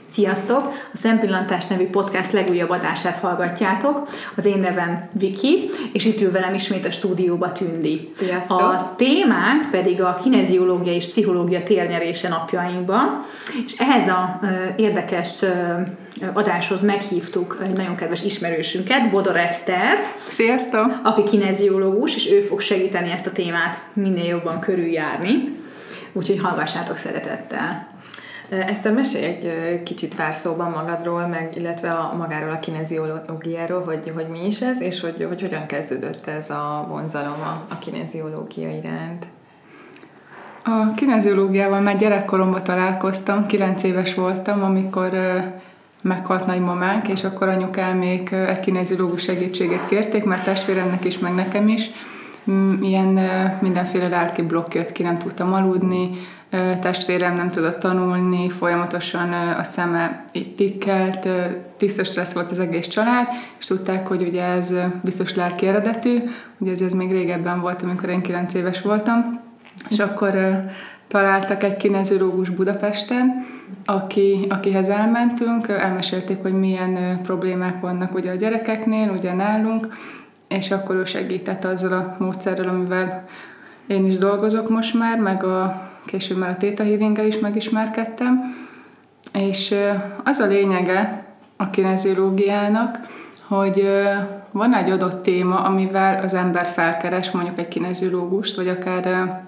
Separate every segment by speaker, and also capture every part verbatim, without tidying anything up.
Speaker 1: Sziasztok! A Szempillantás nevű podcast legújabb adását hallgatjátok. Az én nevem Viki, és itt ül velem ismét a stúdióba Tündi.
Speaker 2: Sziasztok!
Speaker 1: A témánk pedig a kineziológia és pszichológia térnyerése napjainkban, és ehhez a érdekes adáshoz meghívtuk egy nagyon kedves ismerősünket, Bodor Esztert.
Speaker 2: Sziasztok!
Speaker 1: Aki kineziológus, és ő fog segíteni ezt a témát minél jobban körüljárni. Úgyhogy hallgassátok szeretettel.
Speaker 2: Eszter, mesélj egy kicsit pár szóban magadról, meg, illetve a, magáról a kineziológiáról, hogy, hogy mi is ez, és hogy, hogy hogyan kezdődött ez a vonzalom a, a kineziológia iránt.
Speaker 3: A kineziológiával már gyerekkoromban találkoztam, kilenc éves voltam, amikor uh, meghalt nagymamánk, és akkor anyukámék uh, egy kineziológus segítségét kérték, mert testvéremnek is, meg nekem is. Ilyen uh, mindenféle lelki blokk jött ki, nem tudtam aludni, testvérem nem tudott tanulni, folyamatosan a szeme így tikkelt, tiszta stressz volt az egész család, és tudták, hogy ugye ez biztos lelki eredetű, ugye ez, ez még régebben volt, amikor én kilenc éves voltam, és akkor találtak egy kineziológus Budapesten, aki, akihez elmentünk, elmesélték, hogy milyen problémák vannak ugye a gyerekeknél, ugye nálunk, és akkor ő segített azzal a módszerrel, amivel én is dolgozok most már, meg a később már a Theta Healinggel is megismerkedtem, és az a lényege a kineziológiának, hogy van egy adott téma, amivel az ember felkeres mondjuk egy kineziológust, vagy akár,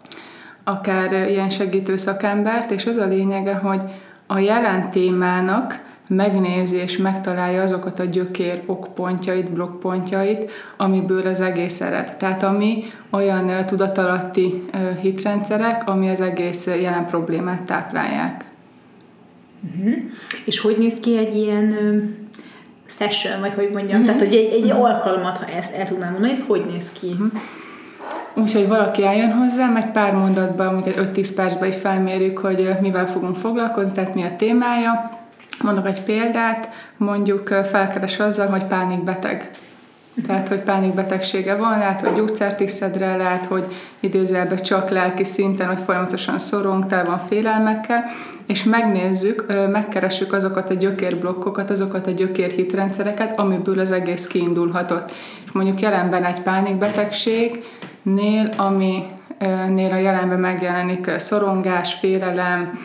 Speaker 3: akár ilyen segítő szakembert, és az a lényege, hogy a jelen témának megnézi és megtalálja azokat a gyökér okpontjait, blokkpontjait, amiből az egész ered. Tehát ami olyan tudatalatti hitrendszerek, ami az egész jelen problémát táplálják.
Speaker 1: Uh-huh. És hogy néz ki egy ilyen uh, session, vagy hogy mondjam, uh-huh. tehát hogy egy, egy uh-huh. alkalmat, ha ezt el tudnám mondani, ez hogy néz ki? Uh-huh.
Speaker 3: Úgyhogy valaki eljön hozzám, egy pár mondatban, amikor öt-tíz percben így felmérjük, hogy mivel fogunk foglalkozni, tehát mi a témája. Mondok egy példát, mondjuk felkeres azzal, hogy pánikbeteg. Tehát, hogy pánikbetegsége van, lehet, hogy gyógyszert is szed rá, lehet, hogy idézőjelben csak lelki szinten, hogy folyamatosan szorong, tele van félelmekkel, és megnézzük, megkeressük azokat a gyökérblokkokat, azokat a gyökérhitrendszereket, amiből az egész kiindulhatott. És mondjuk jelenben egy pánikbetegségnél, aminél a jelenben megjelenik szorongás, félelem,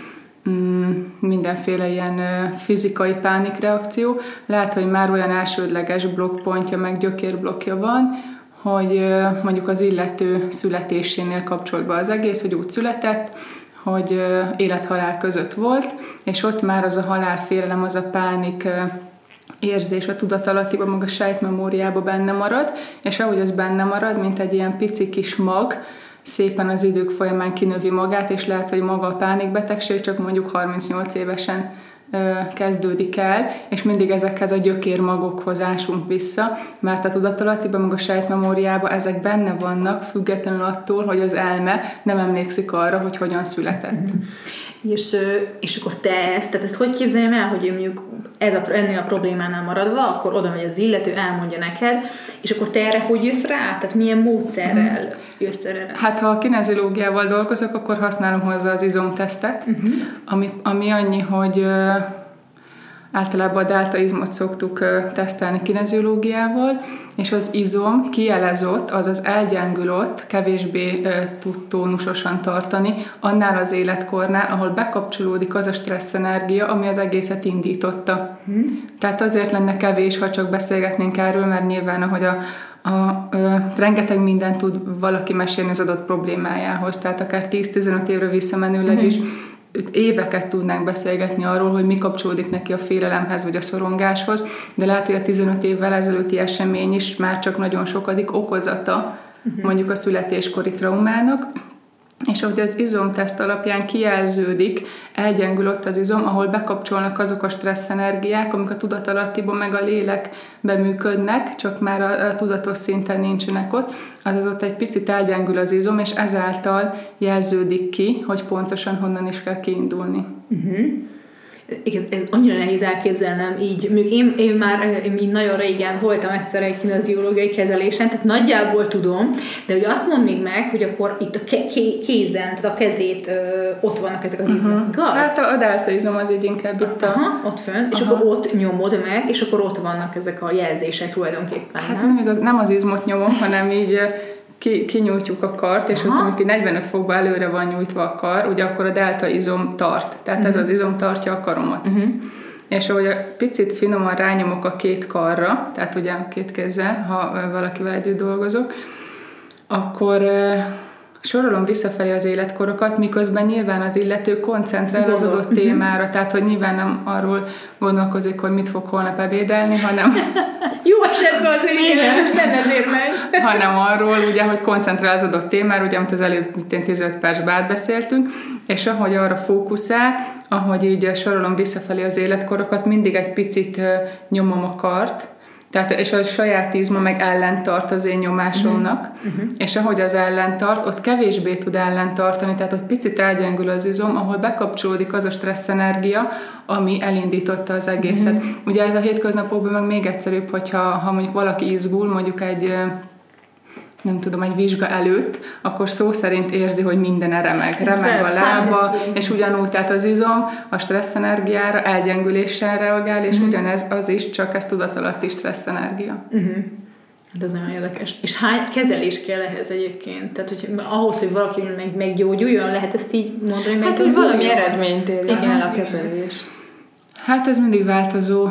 Speaker 3: mindenféle ilyen fizikai pánikreakció. Lehet, hogy már olyan elsődleges blokkpontja, meg gyökérblokkja van, hogy mondjuk az illető születésénél kapcsolatban az egész, hogy úgy született, hogy élet-halál között volt, és ott már az a halálfélelem, az a pánik érzés a tudatalattiban, meg a sejtmemóriában benne marad, és ahogy az benne marad, mint egy ilyen pici kis mag, szépen az idők folyamán kinövi magát, és lehet, hogy maga a pánikbetegség csak mondjuk harmincnyolc évesen ö, kezdődik el, és mindig ezekhez a gyökérmagokhoz ásunk vissza, mert a tudatalattiban, meg a sejtmemóriában ezek benne vannak, függetlenül attól, hogy az elme nem emlékszik arra, hogy hogyan született.
Speaker 1: Mm. És, és akkor te ezt, tehát ezt hogy képzeljem el, hogy mondjuk ez a, ennél a problémánál maradva, akkor oda megy az illető, elmondja neked, és akkor te erre hogy jössz rá? Tehát milyen módszerrel jössz erre?
Speaker 3: Hát ha a kineziológiával dolgozok, akkor használom hozzá az izomtesztet, uh-huh. ami, ami annyi, hogy ö, általában a deltaizmot szoktuk ö, tesztelni kineziológiával, és az izom kielezott, azaz elgyengülött, kevésbé ö, tud tónusosan tartani, annál az életkornál, ahol bekapcsolódik az a stresszenergia, ami az egészet indította. Hmm. Tehát azért lenne kevés, ha csak beszélgetnénk erről, mert nyilván, ahogy a, a, a rengeteg mindent tud valaki mesélni az adott problémájához, tehát akár tíz-tizenöt évre visszamenőleg hmm. is éveket tudnánk beszélgetni arról, hogy mi kapcsolódik neki a félelemhez vagy a szorongáshoz, de lehet, hogy a tizenöt évvel ezelőtti esemény is már csak nagyon sokadik okozata uh-huh. mondjuk a születéskori traumának, és ahogy az izomteszt alapján kijelződik, elgyengül ott az izom, ahol bekapcsolnak azok a stresszenergiák, amik a tudatalattiban meg a lélekben működnek, csak már a, a tudatos szinten nincsenek ott, azaz ott egy picit elgyengül az izom, és ezáltal jelződik ki, hogy pontosan honnan is kell kiindulni.
Speaker 1: Uh-huh. igen, ez annyira nehéz elképzelnem így. Még én, én már én így nagyon régen voltam egyszer egy kineziológiai kezelésen, tehát nagyjából tudom, de hogy azt mondd még meg, hogy akkor itt a ke- ké- kézen, tehát a kezét ö, ott vannak ezek az izmok, uh-huh. igaz?
Speaker 3: Hát a deltaizom az így inkább itt a...
Speaker 1: Aha, ott fönn, és Aha. akkor ott nyomod meg, és akkor ott vannak ezek a jelzések tulajdonképpen.
Speaker 3: Hát nem, igaz, nem az izmot nyomom, hanem így ki, kinyújtjuk a kart, és hogyha mondjuk negyvenöt fokba előre van nyújtva a kar, ugye akkor a delta izom tart. Tehát uh-huh. ez az izom tartja a karomat. Uh-huh. És ahogy a picit finoman rányomok a két karra, tehát ugye két kézzel, ha valakivel együtt dolgozok, akkor sorolom visszafelé az életkorokat, miközben nyilván az illető koncentrál az adott témára, tehát hogy nyilván nem arról gondolkozik, hogy mit fog holnap ebédelni, hanem...
Speaker 1: Jó esetben azért igen, nem ezért megy.
Speaker 3: hanem arról, ugye, hogy koncentrál az adott témára, ugye, amit az előbb tizenöt percben átbeszéltünk, és ahogy arra fókuszál, ahogy így sorolom visszafelé az életkorokat, mindig egy picit nyomom a kart, tehát, és a saját izma meg ellentart az én nyomásomnak, uh-huh. és ahogy az ellentart, ott kevésbé tud ellentartani, tehát hogy picit elgyengül az izom, ahol bekapcsolódik az a stressz energia, ami elindította az egészet. Uh-huh. Ugye ez a hétköznapokban meg még egyszerűbb, hogyha ha mondjuk valaki izgul, mondjuk egy nem tudom, egy vizsga előtt, akkor szó szerint érzi, hogy minden remeg. Remeg a lába, és ugyanúgy, tehát az izom a stressz energiára, elgyengüléssel reagál, és uh-huh. ugyanez az is, csak ez tudatalatti stressz energia.
Speaker 1: Uh-huh. Hát ez nagyon érdekes. És hány kezelés kell ehhez egyébként? Tehát, hogy ahhoz, hogy valaki meg, meggyógyuljon, lehet ezt így mondani?
Speaker 2: Hát, hogy valami eredményt érjen el a kezelés.
Speaker 3: Hát ez mindig változó.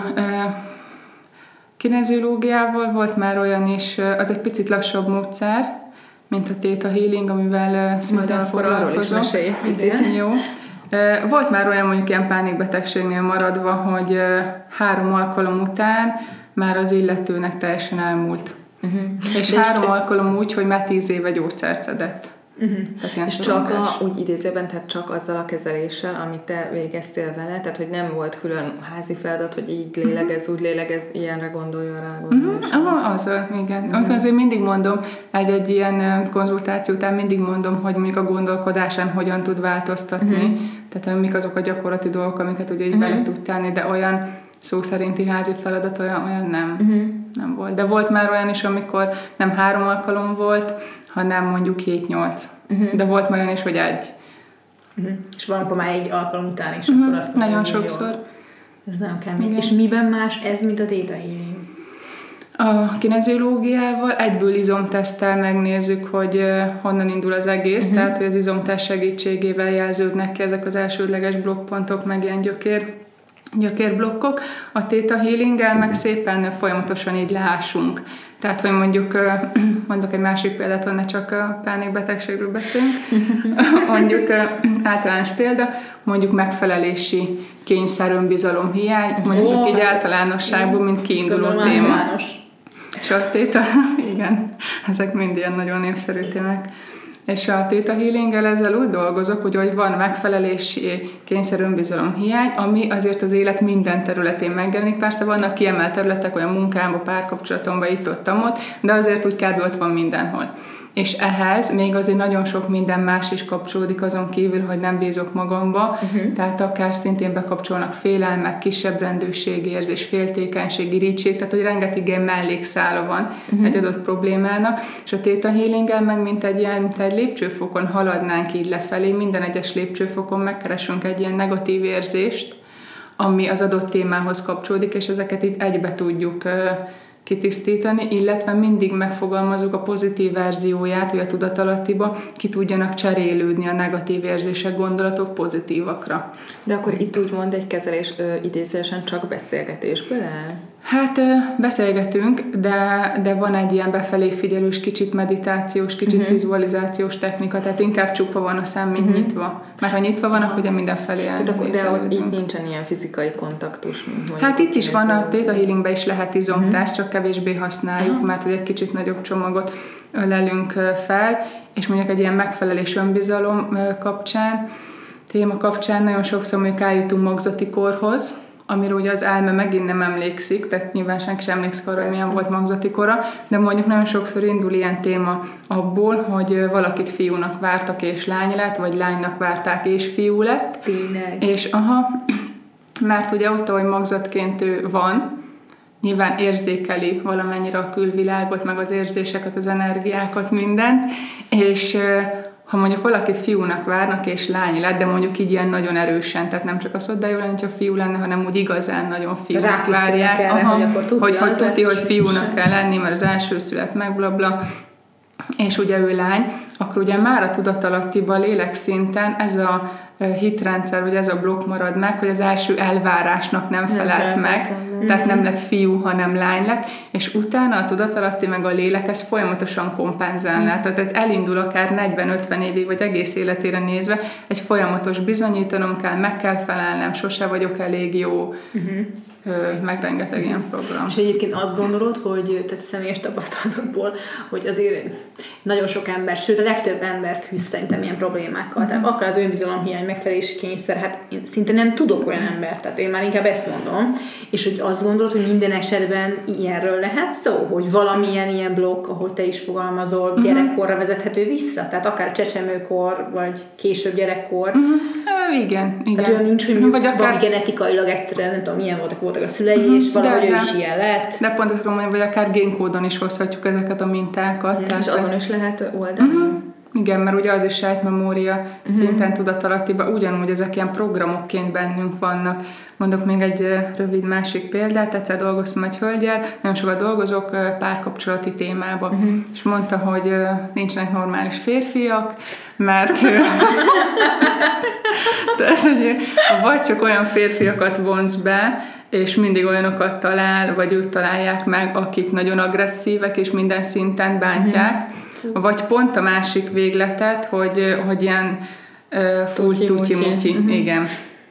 Speaker 3: Kineziológiával volt már olyan is, az egy picit lassabb módszer, mint a Theta Healing, amivel szintén foglalkozom. Jó. Volt már olyan mondjuk ilyen pánikbetegségnél maradva, hogy három alkalom után már az illetőnek teljesen elmúlt. Uh-huh. És De három alkalom úgy, hogy már tíz éve gyógyszert szedett.
Speaker 2: Uh-huh. És csak a, úgy idézőben, tehát csak azzal a kezeléssel, amit te végeztél vele, tehát hogy nem volt külön házi feladat, hogy így lélegez, uh-huh. úgy lélegez, ilyenre gondoljon rá.
Speaker 3: Uh-huh. Aha, az, igen. Uh-huh. Amikor azért mindig mondom, egy-egy ilyen konzultáció után mindig mondom, hogy mondjuk a gondolkodásán hogyan tud változtatni, uh-huh. tehát mik azok a gyakorlati dolgok, amiket ugye így uh-huh. bele tud tenni, de olyan szó szerinti házi feladat olyan, olyan nem, uh-huh. nem volt. De volt már olyan is, amikor nem három alkalom volt, hanem mondjuk hét-nyolc. Uh-huh. De volt olyan is, hogy egy.
Speaker 1: Uh-huh. És valamikor már egy alkalom után is,
Speaker 3: uh-huh.
Speaker 1: akkor azt
Speaker 3: mondom, nagyon sokszor.
Speaker 1: Jól. Ez nagyon kemény. Igen. És miben más ez, mint a Theta Healing?
Speaker 3: A kineziológiával egyből izomteszttel megnézzük, hogy honnan indul az egész, uh-huh. tehát hogy az izomteszt segítségével jelződnek ki ezek az elsődleges blokkpontok, meg ilyen gyökér, gyökérblokkok. A Theta Healinggel meg szépen folyamatosan így leásunk. Tehát, hogy mondjuk, mondok egy másik példát, hogy ne csak a pánikbetegségről beszélünk, mondjuk általános példa, mondjuk megfelelési kényszer, önbizalom hiány, mondjuk csak így általánosságban, mint kiinduló téma. És a Theta, igen, ezek mind ilyen nagyon népszerű témák. És a Theta Healinggel ezzel úgy dolgozok, hogy, hogy van megfelelési kényszer, önbizalom hiány, ami azért az élet minden területén megjelenik. Persze vannak kiemelt területek, olyan munkámban, párkapcsolatomban, itt-ott, ott, de azért úgy kb. Ott van mindenhol. És ehhez még azért nagyon sok minden más is kapcsolódik azon kívül, hogy nem bízok magamba, uh-huh. tehát akár szintén bekapcsolnak félelmek, kisebbrendűségérzés, féltékenység, irigység, tehát hogy rengeteg ilyen mellékszála van uh-huh. egy adott problémának, és a Theta Healinggel meg mint egy ilyen, mint egy lépcsőfokon haladnánk így lefelé, minden egyes lépcsőfokon megkeresünk egy ilyen negatív érzést, ami az adott témához kapcsolódik, és ezeket itt egybe tudjuk kitisztítani, illetve mindig megfogalmazunk a pozitív verzióját, hogy a tudatalattiba ki tudjanak cserélődni a negatív érzések, gondolatok pozitívakra.
Speaker 2: De akkor itt úgymond egy kezelés ö, idézősen csak beszélgetésből áll?
Speaker 3: Hát ö, beszélgetünk, de, de van egy ilyen befelé figyelős, kicsit meditációs, kicsit uh-huh. vizualizációs technika, tehát inkább csukva van a szem, mint uh-huh. nyitva. Mert ha nyitva van, akkor ugye mindenfelé el.
Speaker 2: Tehát de hogy így nincsen ilyen fizikai kontaktus, mint mondjuk.
Speaker 3: Hát itt is van, a Theta Healingben is lehet izomtás, uh-huh. csak kevésbé használjuk, uh-huh. mert egy kicsit nagyobb csomagot ölelünk fel, és mondjuk egy ilyen megfelelés önbizalom kapcsán, téma kapcsán nagyon sokszor mondjuk eljutunk magzati korhoz, amiről ugye az elme megint nem emlékszik, tehát nyilván senki sem emlékszik arra, hogy milyen volt magzati kora, de mondjuk nagyon sokszor indul ilyen téma abból, hogy valakit fiúnak vártak és lány lett, vagy lánynak várták és fiú lett.
Speaker 1: Tényleg.
Speaker 3: És aha, mert ugye ott, ahogy magzatként ő van, nyilván érzékeli valamennyire a külvilágot, meg az érzéseket, az energiákat, mindent, és ha mondjuk valakit fiúnak várnak, és lány lett, de mondjuk így ilyen nagyon erősen, tehát nem csak az, hogy de jó lenne, hogyha fiú lenne, hanem úgy igazán nagyon fiúnak várják,
Speaker 1: erre,
Speaker 3: aha,
Speaker 1: hogy, akkor tuti
Speaker 3: hogy, hogy tuti, hogy fiúnak
Speaker 1: sem.
Speaker 3: kell lenni, mert az első szület meg blabla, és ugye ő lány, akkor ugye már a tudatalattiban lélekszinten ez a hitrendszer, vagy ez a blokk marad meg, hogy az első elvárásnak nem, nem felelt meg, meg, tehát nem lett fiú, hanem lány lett, és utána a tudatalatti meg a lélek ez folyamatosan kompenzál. Mm. Tehát elindul akár negyven-ötven évig, vagy egész életére nézve, egy folyamatos bizonyítanom kell, meg kell felelnem, sose vagyok elég jó, uh-huh. meg rengeteg ilyen program.
Speaker 1: És egyébként azt gondolod, hogy tehát személyes tapasztalatokból, hogy azért nagyon sok ember, sőt a legtöbb ember küzd szerintem ilyen problémákkal. Mm. Tehát akár az önbizalomhiány, megfelelési kényszer, hát én szinte nem tudok olyan embert, tehát én már inkább ezt mondom. És hogy azt gondolod, hogy minden esetben ilyenről lehet szó, hogy valamilyen ilyen blokk, ahogy te is fogalmazol, mm-hmm. gyerekkorra vezethető vissza? Tehát akár csecsemőkor, vagy később gyerekkor.
Speaker 3: Mm-hmm. Igen, igen.
Speaker 1: Tehát olyan nincs, hogy
Speaker 3: vagy akár...
Speaker 1: valami genetikailag egyszerűen, nem tudom, milyen voltak, voltak a szülei, mm-hmm. és valahogy ő is ilyen lett.
Speaker 3: De pont azt mondom, hogy akár génkódon is hozhatjuk ezeket a mintákat.
Speaker 2: Mm-hmm. Tehát és azon is lehet oldani? Mm-hmm.
Speaker 3: Igen, mert ugye az is sejtmemória uh-huh. szinten tudatalattiban ugyanúgy ezek ilyen programokként bennünk vannak. Mondok még egy rövid másik példát, egyszer dolgoztam egy hölgyel, nagyon sokat dolgozok párkapcsolati témában, uh-huh. és mondta, hogy nincsenek normális férfiak, mert tehát, hogy vagy csak olyan férfiakat vonz be, és mindig olyanokat talál, vagy ők találják meg, akik nagyon agresszívek, és minden szinten bántják, uh-huh. vagy pont a másik végletet, hogy, hogy ilyen uh, full tuti-muti, uh-huh. igen.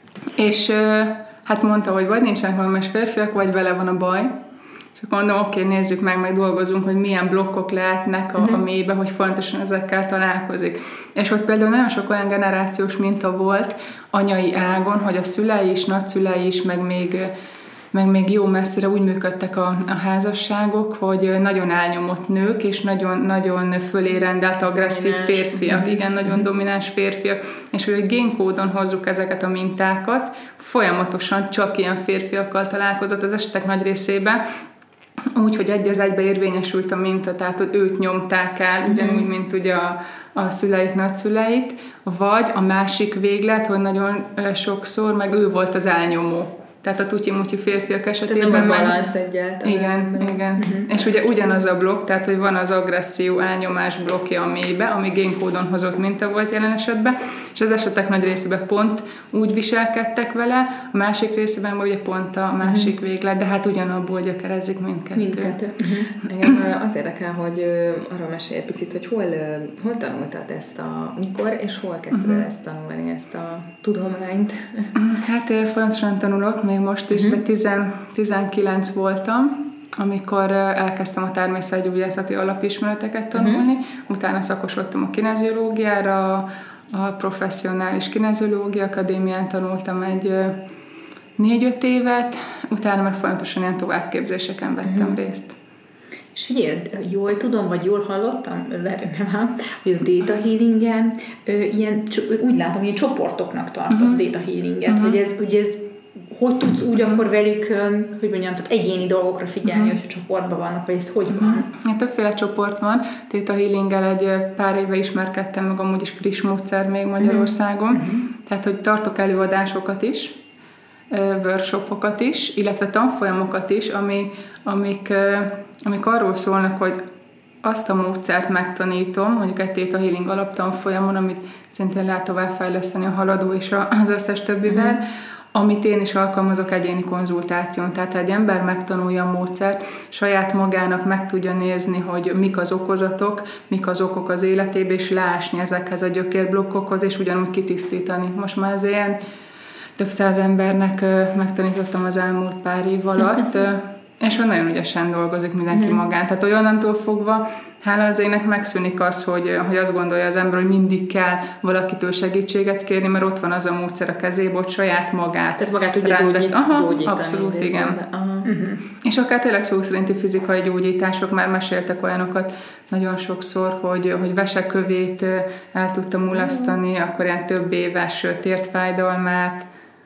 Speaker 3: És uh, hát mondta, hogy vagy nincsenek normális férfiak, vagy vele van a baj. És akkor mondom, oké, okay, nézzük meg, meg dolgozunk, hogy milyen blokkok lehetnek a, uh-huh. a mélybe, hogy fontosan ezekkel találkozik. És ott például nagyon sok olyan generációs minta volt anyai ágon, hogy a szülei is, nagyszülei is, meg még meg még jó messzire úgy működtek a, a házasságok, hogy nagyon elnyomott nők, és nagyon, nagyon fölé rendelt agresszív domináns. férfiak, mm-hmm. igen, nagyon domináns férfiak, és hogy génkódon hozzuk ezeket a mintákat, folyamatosan csak ilyen férfiakkal találkozott az esetek nagy részében, úgy, hogy egy az egybe érvényesült a minta, tehát hogy őt nyomták el, ugyanúgy, mint ugye a, a szüleit, nagyszüleit, vagy a másik véglet, hogy nagyon sokszor meg ő volt az elnyomó. Tehát a tutyi-mutyi férfiak esetében...
Speaker 2: Tehát nem a balansz egyáltalán.
Speaker 3: Igen, igen. Uh-huh. És ugye ugyanaz a blokk, tehát hogy van az agresszió elnyomás blokkja a mélybe, ami génkódon hozott minta volt jelen esetben, és az esetek nagy részében pont úgy viselkedtek vele, a másik részében ugye pont a másik uh-huh. véglet, de hát ugyanabból gyökerezik mindkettő.
Speaker 1: Mindkettő. Uh-huh.
Speaker 2: Engem az érdekel, hogy arról mesélj egy picit, hogy hol, hol tanultad ezt a... mikor, és hol kezdted uh-huh. el ezt tanulni, ezt a tudományt?
Speaker 3: Hát folyamatosan tanulok, még most is, uh-huh. de tíz, tizenkilenc voltam, amikor elkezdtem a természetgyógyászati alapismereteket tanulni, uh-huh. utána szakosodtam a kineziológiára, a professzionális kineziológia akadémián tanultam egy négy-öt évet, utána meg folyamatosan ilyen továbbképzéseken vettem uh-huh. részt.
Speaker 1: És figyelj, jól tudom, vagy jól hallottam, lehet, hogy nem ám, hogy a Theta Healingen ilyen, úgy látom, ilyen csoportoknak tartasz uh-huh. Theta Healinget, uh-huh. hogy ez, hogy ez hogy tudsz úgy akkor velük, hogy mondjam, tehát egyéni dolgokra figyelni, uh-huh. hogy a csoportban vannak, vagy ez hogy uh-huh. van?
Speaker 3: Ja, többféle csoport van. Theta Healinggel egy pár éve ismerkedtem meg, amúgy is friss módszer még Magyarországon. Uh-huh. Tehát, hogy tartok előadásokat is, workshopokat is, illetve tanfolyamokat is, ami, amik, amik arról szólnak, hogy azt a módszert megtanítom, mondjuk egy Theta Healing alaptanfolyamon, amit szintén lehet továbbfejleszteni a haladó és az összes többivel, uh-huh. amit én is alkalmazok egyéni konzultáción. Tehát egy ember megtanulja a módszert, saját magának meg tudja nézni, hogy mik az okozatok, mik az okok az életében, és leásni ezekhez a gyökérblokkokhoz, és ugyanúgy kitisztítani. Most már az ilyen több száz embernek megtanítottam az elmúlt pár év alatt, és nagyon ügyesen dolgozik mindenki mm. magán. Tehát olyannantól fogva, hála az ének megszűnik az, hogy, hogy azt gondolja az ember, hogy mindig kell valakitől segítséget kérni, mert ott van az a módszer a kezébe, hogy saját magát.
Speaker 2: Tehát magát tudja gyógyít,
Speaker 3: Aha,
Speaker 2: gyógyítani.
Speaker 3: Abszolút, igen.
Speaker 2: Aha.
Speaker 3: Uh-huh. És akár tényleg szó szerinti fizikai gyógyítások, már meséltek olyanokat nagyon sokszor, hogy, hogy vesekövét el tudta mulasztani, uh-huh. akkor ilyen több éves tértfájdalmát,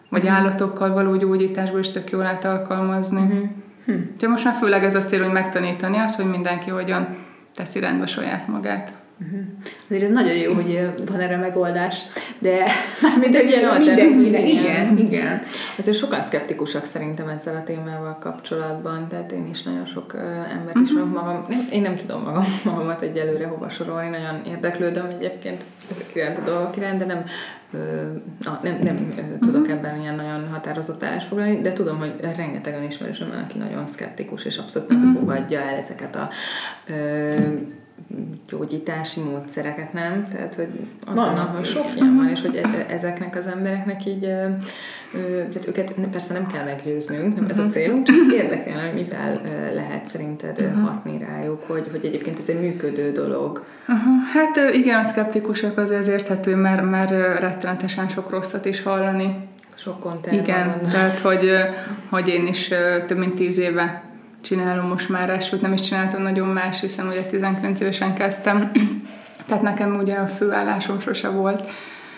Speaker 3: vagy
Speaker 1: uh-huh.
Speaker 3: állatokkal való gyógyításból is tök jól lehet alkalmazni. Uh-huh. Hm. Úgyhogy most már főleg ez a cél, hogy megtanítani azt, hogy mindenki hogyan teszi rendbe saját magát.
Speaker 1: Uh-huh. Azért ez nagyon jó, hogy van erre megoldás, de mindenkinek, mindenkinek, igen, igen.
Speaker 2: Azért sokan szkeptikusak szerintem ezzel a témával kapcsolatban, tehát én is nagyon sok uh, embert
Speaker 3: uh-huh.
Speaker 2: ismerek magam, nem, én nem tudom magam, magamat egyelőre hova sorolni, nagyon érdeklődöm egyébként ezek iránt a dolgok iránt, de nem, uh, na, nem, nem uh, tudok uh-huh. ebben ilyen nagyon határozott állásfoglalni, de tudom, hogy rengetegen ismerősöm van, aki nagyon szkeptikus, és abszolút nem uh-huh. fogadja el ezeket a uh, gyógyítási módszereket, nem? Tehát, hogy vannak, hogy sok ilyen van, és hogy ezeknek az embereknek így, tehát őket persze nem kell meggyőznünk, nem ez a célunk, csak érdekel, hogy mivel lehet szerinted hatni rájuk, hogy, hogy egyébként ez egy működő dolog.
Speaker 3: Aha, hát igen, a szkeptikusok azért érthető, mert, mert rettenetesen sok rosszat is hallani.
Speaker 2: Sok kontent.
Speaker 3: Igen, van. Tehát, hogy, hogy én is több mint tíz éve csinálom most már esőt, nem is csináltam nagyon más, hiszen ugye tizenkilenc évesen kezdtem, tehát nekem ugye a főállásom sose volt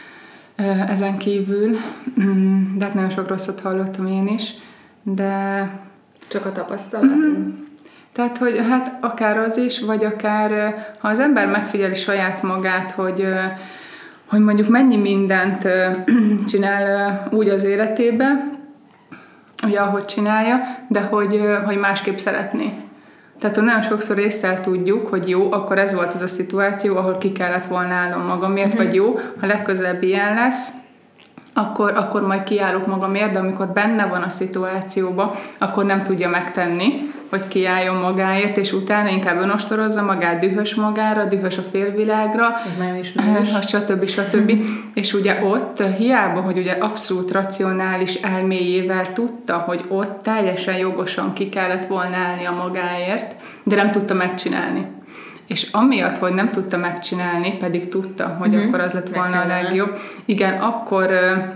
Speaker 3: ezen kívül, de hát nagyon sok rosszat hallottam én is, de...
Speaker 2: Csak a tapasztalat? Mm,
Speaker 3: tehát, hogy hát akár az is, vagy akár ha az ember megfigyeli saját magát, hogy, hogy mondjuk mennyi mindent csinál úgy az életébe, ugye ahogy csinálja, de hogy, hogy másképp szeretné. Tehát nagyon sokszor észre tudjuk, hogy jó, akkor ez volt az a szituáció, ahol ki kellett volna állnom magamért, uh-huh. vagy jó, ha legközelebb ilyen lesz, akkor, akkor majd kiállok magamért, de amikor benne van a szituációban, akkor nem tudja megtenni, hogy kiálljon magáért, és utána inkább önostorozza magát, dühös magára, dühös a félvilágra, stb. stb. És ugye ott hiába, hogy ugye abszolút racionális elméjével tudta, hogy ott teljesen jogosan ki kellett volna állni a magáért, de nem tudta megcsinálni. És amiatt, hogy nem tudta megcsinálni, pedig tudta, hogy uh-huh. akkor az lett volna a legjobb. Igen, akkor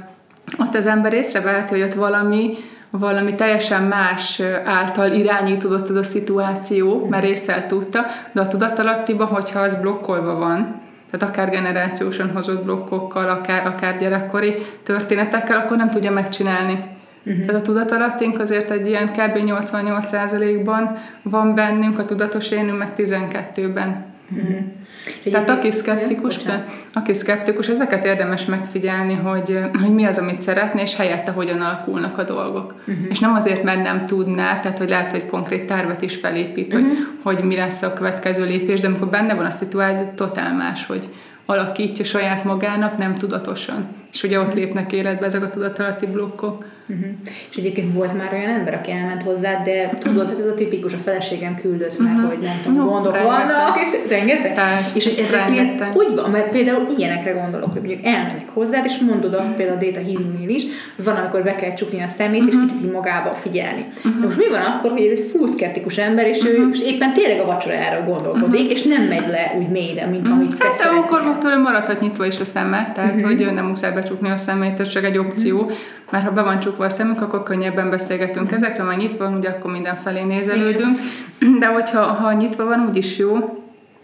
Speaker 3: ott az ember észreveheti, hogy ott valami valami teljesen más által irányítódott az a szituáció, mert észre tudta, de a tudatalattiban, hogyha az blokkolva van, tehát akár generációsan hozott blokkokkal, akár, akár gyerekkori történetekkel, akkor nem tudja megcsinálni. Uh-huh. Tehát a tudatalattunk azért egy ilyen kb. nyolcvannyolc százalékban van bennünk, a tudatos énünk meg tizenkettőben. Uh-huh. Tehát aki szkeptikus, aki szkeptikus, ezeket érdemes megfigyelni, hogy, hogy mi az, amit szeretné, és helyette hogyan alakulnak a dolgok. Uh-huh. És nem azért, mert nem tudná, tehát hogy lehet, hogy konkrét tervet is felépít, uh-huh. hogy, hogy mi lesz a következő lépés, de amikor benne van a szituáció, totál más, hogy alakítja saját magának, nem tudatosan. És ugye ott lépnek életbe ezek a tudatalatti blokkok.
Speaker 1: Uh-huh. És egyébként volt már olyan ember, aki elment hozzá, de tudod, hogy ez a tipikus, a feleségem küldött meg, uh-huh. hogy nem tudom, gondok no, vannak, és rengeteg.
Speaker 3: Társ,
Speaker 1: és ezek ilyen, hogy van, mert például ilyenekre gondolok, hogy mondjuk elmennek hozzád, és mondod azt például a Data Healing-nél is, hogy van, amikor be kell csukni a szemét, uh-huh. és kicsit így magába figyelni. Uh-huh. De most mi van akkor, hogy ez egy full szkeptikus ember, és uh-huh. ő és éppen tényleg a vacsorára gondolkodik, uh-huh. és nem megy le úgy mélyre, mint uh-huh. amit te
Speaker 3: hát
Speaker 1: szeretnél.
Speaker 3: akkor attól maradhat nyitva is a szeme, tehát uh-huh. hogy nem muszáj becsukni a szemét, ez csak egy opció, uh-huh. mert ha be van csukva a szemünk, akkor könnyebben beszélgetünk uh-huh. ezekről, már nyitva van, ugye akkor mindenfelé nézelődünk, uh-huh. de hogyha ha nyitva van, úgyis jó.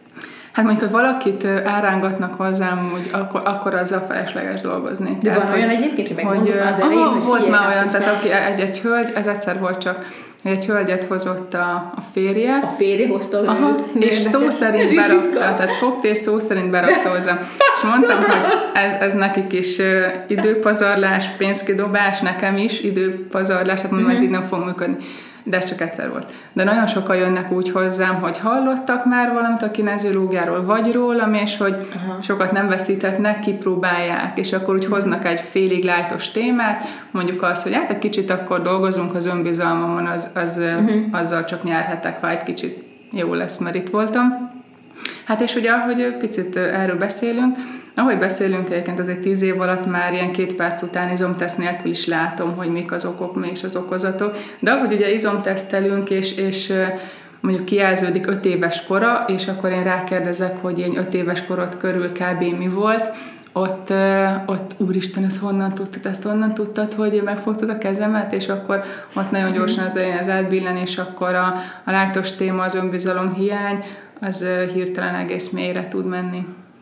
Speaker 3: Hát mondjuk, hogy valakit elrángatnak hozzám, úgy, akkor, akkor azzal felesleges dolgozni.
Speaker 1: De
Speaker 3: tehát,
Speaker 1: van olyan
Speaker 3: hogy,
Speaker 1: egyébként, hogy
Speaker 3: megmondom
Speaker 1: az elején,
Speaker 3: hogy volt már olyan,
Speaker 1: tehát
Speaker 3: aki egy, egy hölgy, ez egyszer volt csak, egy hölgyet hozott a, a férje.
Speaker 1: A férje hozta
Speaker 3: Aha, és szó szerint berakta, tehát fogta és szó szerint berakta hozzá. És mondtam, hogy ez, ez nekik is uh, időpazarlás, pénzkidobás, nekem is időpazarlás, hát mondom, uh-huh. ez így nem fog működni. De ez csak egyszer volt. De nagyon sokan jönnek úgy hozzám, hogy hallottak már valamit a kineziológiáról, vagy rólam, és hogy uh-huh. sokat nem veszíthetnek, kipróbálják, és akkor úgy hoznak egy félig lájtos témát, mondjuk azt, hogy hát egy kicsit akkor dolgozunk az önbizalmamon, az, az, uh-huh. azzal csak nyerhetek, ha egy kicsit jó lesz, mert itt voltam. Hát és ugye, ahogy picit erről beszélünk, ahogy beszélünk, egyébként azért tíz év alatt már ilyen két perc után izomteszt nélkül is látom, hogy mik az okok, mik az okozatok. De ahogy ugye izomtesztelünk, és, és mondjuk kijelződik öt éves kora, és akkor én rákérdezek, hogy ilyen öt éves korod körül kb. Mi volt, ott, ott úristen, ezt honnan tudtad, ezt honnan tudtad, hogy megfogtad a kezemet, és akkor ott nagyon gyorsan az elején az átbillen, és akkor a, a lájtos téma, az önbizalom hiány, az hirtelen egész mélyre tud menni.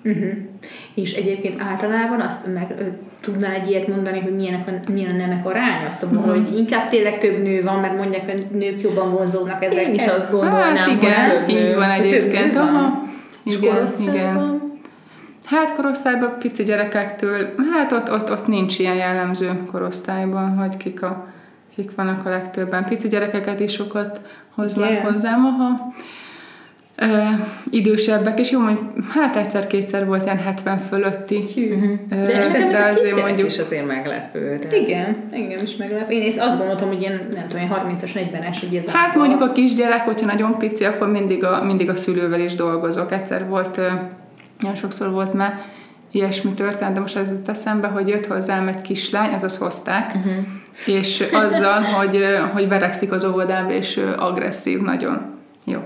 Speaker 1: Uh-huh. És egyébként általában azt meg tudnál egy ilyet mondani, hogy milyenek a, milyen a nemek aránya? Szóval, uh-huh. hogy inkább tényleg több nő van, mert mondják, hogy nők jobban vonzódnak ezek.
Speaker 2: Én is azt gondolnám,
Speaker 3: hát igen, hogy több nő. Így van egyébként.
Speaker 1: Több nő van.
Speaker 3: Aha. Igen, igen. Hát korosztályban pici gyerekektől, hát ott, ott, ott nincs ilyen jellemző korosztályban, hogy kik, a, kik vannak a legtöbben. Pici gyerekeket is sokat hoznak yeah. hozzám, aha. Ö, idősebbek, és jó, hogy hát egyszer-kétszer volt ilyen hetven fölötti.
Speaker 2: Uh-huh. De, de, de ez azért mondjuk is azért meglepő.
Speaker 1: Tehát. Igen, engem is meglep. Én ezt azt gondoltam, hogy ilyen, nem tudom, harmincas, negyvenes, hogy ez
Speaker 3: hát a... mondjuk a kisgyerek, hogyha nagyon pici, akkor mindig a, mindig a szülővel is dolgozok. Egyszer volt, nagyon sokszor volt már ilyesmi történt, de most ez jut eszembe, hogy jött hozzám egy kislány, azaz hozták, uh-huh. és azzal, hogy, hogy verekszik az óvodába, és agresszív nagyon. Jó.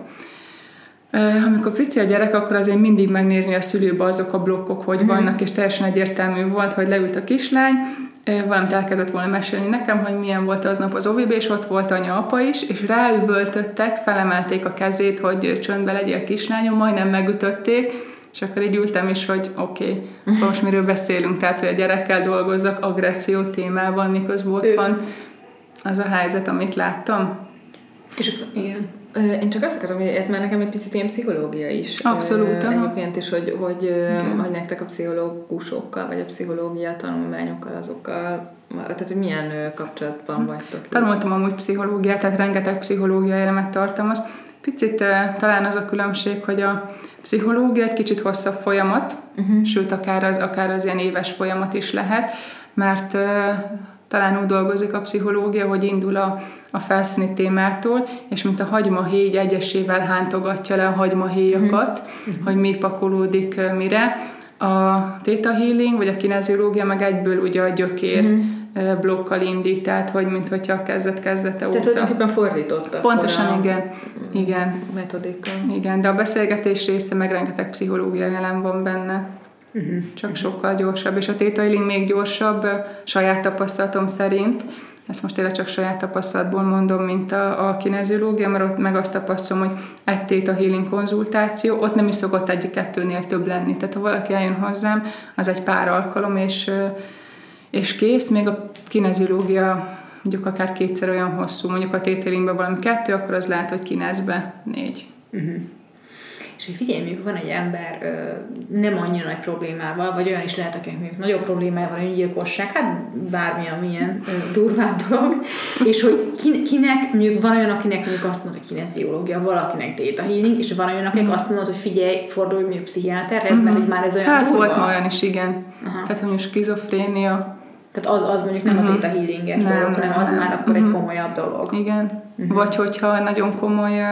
Speaker 3: Amikor pici a gyerek, akkor azért mindig megnézni a szülőbe azok a blokkok, hogy uh-huh. vannak, és teljesen egyértelmű volt, hogy leült a kislány, valamit elkezdett volna mesélni nekem, hogy milyen volt aznap az óvibe, és ott volt anya, apa is, és ráüvöltöttek, felemelték a kezét, hogy csöndbe legyél kislányom, majdnem megütötték, és akkor így ültem is, hogy oké, okay, uh-huh. most miről beszélünk, tehát, hogy a gyerekkel dolgozzak agresszió témában, miközben ott van az a helyzet, amit láttam.
Speaker 1: És akkor, igen.
Speaker 2: Én csak azt akarom, hogy ez már nekem egy picit ilyen pszichológia is.
Speaker 3: Abszolút.
Speaker 2: Egyébként is, hogy, hogy, hogy nektek a pszichológusokkal, vagy a pszichológia tanulmányokkal, azokkal, tehát hogy milyen kapcsolatban vagytok?
Speaker 3: Tanultam amúgy pszichológiát, tehát rengeteg pszichológia elemet tartalmaz. Picit talán az a különbség, hogy a pszichológia egy kicsit hosszabb folyamat, uh-huh. sőt, akár az, akár az ilyen éves folyamat is lehet, mert talán úgy dolgozik a pszichológia, hogy indul a, a felszíni témától, és mint a hagymahéj egyesével hántogatja le a hagymahéjakat, uh-huh. hogy mi pakolódik mire. A theta healing, vagy a kineziológia meg egyből ugye a gyökér uh-huh. blokkal indít, tehát hogy minthogyha a kezdet-kezdete óta.
Speaker 2: Tehát tulajdonképpen fordítottak.
Speaker 3: Pontosan, igen. igen.
Speaker 2: Metodikkal.
Speaker 3: Igen, de a beszélgetés része meg rengeteg pszichológia jelen van benne. Uh-huh. Csak sokkal gyorsabb, és a theta healing még gyorsabb saját tapasztalatom szerint. Ezt most tényleg csak saját tapasztalatból mondom, mint a, a kineziológia, mert ott meg azt tapasztalom, hogy egy theta healing konzultáció, ott nem is szokott egy-kettőnél több lenni. Tehát ha valaki eljön hozzám, az egy pár alkalom, és, és kész. Még a kineziológia mondjuk akár kétszer olyan hosszú, mondjuk a theta healingben valami kettő, akkor az lehet, hogy kinezbe négy.
Speaker 1: Uh-huh. És hogy figyelj, mondjuk van egy ember ö, nem annyira nagy problémával, vagy olyan is lehet, akinek mondjuk nagyobb problémája van, öngyilkosság, hát bármilyen milyen ö, durvább dolog, és hogy kinek, mondjuk van olyan, akinek mondjuk azt mondod, hogy kineziológia, valakinek theta healing, és van olyan, akinek azt mondod, hogy figyelj, fordulj mondjuk pszichiáterhez, uh-huh. mert hogy már ez olyan
Speaker 3: hát
Speaker 1: durva.
Speaker 3: Hát volt olyan is, igen. Aha. Tehát mondjuk skizofrénia.
Speaker 1: Tehát az, az mondjuk nem uh-huh. a theta healinget dolog, hanem az már akkor uh-huh. egy komolyabb dolog.
Speaker 3: Igen. Uh-huh. Vagy hogyha nagyon komoly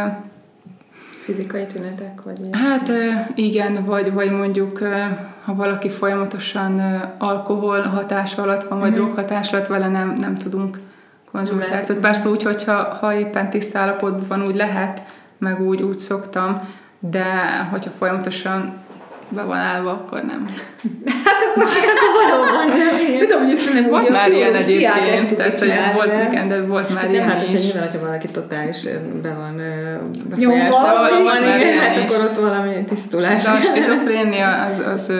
Speaker 2: fizikai tünetek, vagy ilyen?
Speaker 3: Hát igen, vagy, vagy mondjuk, ha valaki folyamatosan alkohol hatás alatt van, vagy mm-hmm. drog hatás alatt, vele nem, nem tudunk konzultációt. Persze úgy, hogyha ha éppen tiszta állapotban van, úgy lehet, meg úgy, úgy szoktam, de hogyha folyamatosan be van állva, akkor nem.
Speaker 1: Hát akkor valóban nem. Tudom, hogy szerintem
Speaker 3: volt már ilyen egyébként, tehát hogy volt, igen, de volt már ilyen
Speaker 2: hát,
Speaker 3: is.
Speaker 2: hogyha nyilván, hogyha valaki totális be van befolyásolva, van, igen, hát akkor ott valami tisztulás.
Speaker 3: De a skizofrénia az az,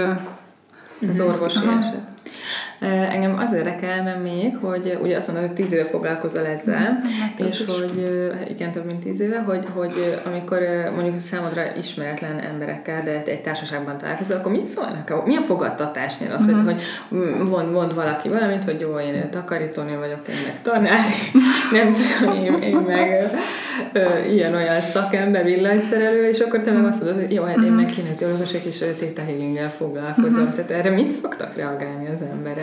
Speaker 2: az orvosi eset. Engem az érdekel, mert még, hogy ugye azt mondod, hogy tíz éve foglalkozol ezzel, mm, és hogy igen, több mint tíz éve, hogy, hogy amikor mondjuk számodra ismeretlen emberekkel, de egy társaságban találkozol, akkor mit szólnak? Milyen fogadtatásnél az, mm-hmm. hogy, hogy mond, mond valaki valamit, hogy jó, én takarítónő vagyok, én meg tanár, nem tudom, én, én meg ilyen-olyan szakember, villanyszerelő, és akkor te meg azt mondod, hogy jó, hát én meg kineziológus, és theta healinggel foglalkozom. Mm-hmm. Tehát erre mit szoktak reagálni az emberek?